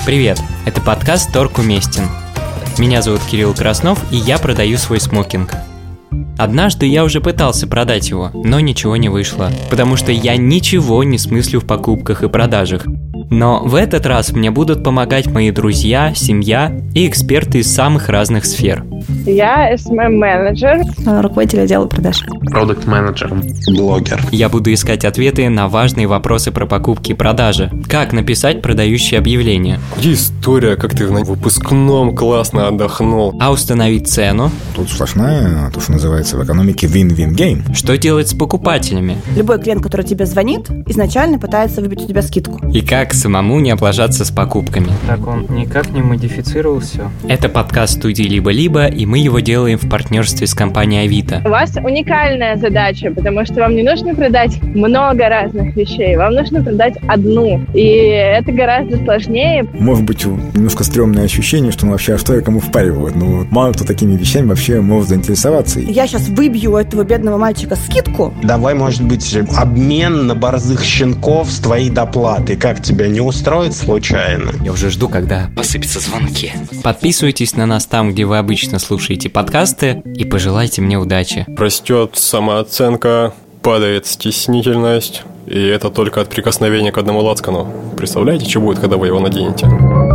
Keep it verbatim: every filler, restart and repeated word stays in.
Привет, это подкаст «Торг уместен». Меня зовут Кирилл Краснов, и я продаю свой смокинг. Однажды я уже пытался продать его, но ничего не вышло, потому что я ничего не смыслю в покупках и продажах. Но в этот раз мне будут помогать мои друзья, семья и эксперты из самых разных сфер. Я эс эм эм-менеджер, руководитель отдела продаж, продакт-менеджер, блогер. Я буду искать ответы на важные вопросы про покупки и продажи. Как написать продающее объявление? Где история, как ты на выпускном классно отдохнул? А установить цену? Тут сплошная, то, что называется в экономике win-win game. Что делать с покупателями? Любой клиент, который тебе звонит, изначально пытается выбить у тебя скидку. И как самому не облажаться с покупками? Так он никак не модифицировал все. Это подкаст студии «Либо-либо», и мы его делаем в партнерстве с компанией Авито. У вас уникальная задача, потому что вам не нужно продать много разных вещей, вам нужно продать одну. И это гораздо сложнее. Может быть, немножко стрёмное ощущение, что ну, вообще, а что я кому впариваю? Ну, мало кто такими вещами вообще может заинтересоваться. Я сейчас выбью у этого бедного мальчика скидку. Давай, может быть, обмен на борзых щенков с твоей доплатой. Как тебя не устроит случайно? Я уже жду, когда посыпятся звонки. Подписывайтесь на нас там, где вы обычно слушаете подкасты, и пожелайте мне удачи. Растет самооценка, падает стеснительность, и это только от прикосновения к одному лацкану. Представляете, что будет, когда вы его наденете?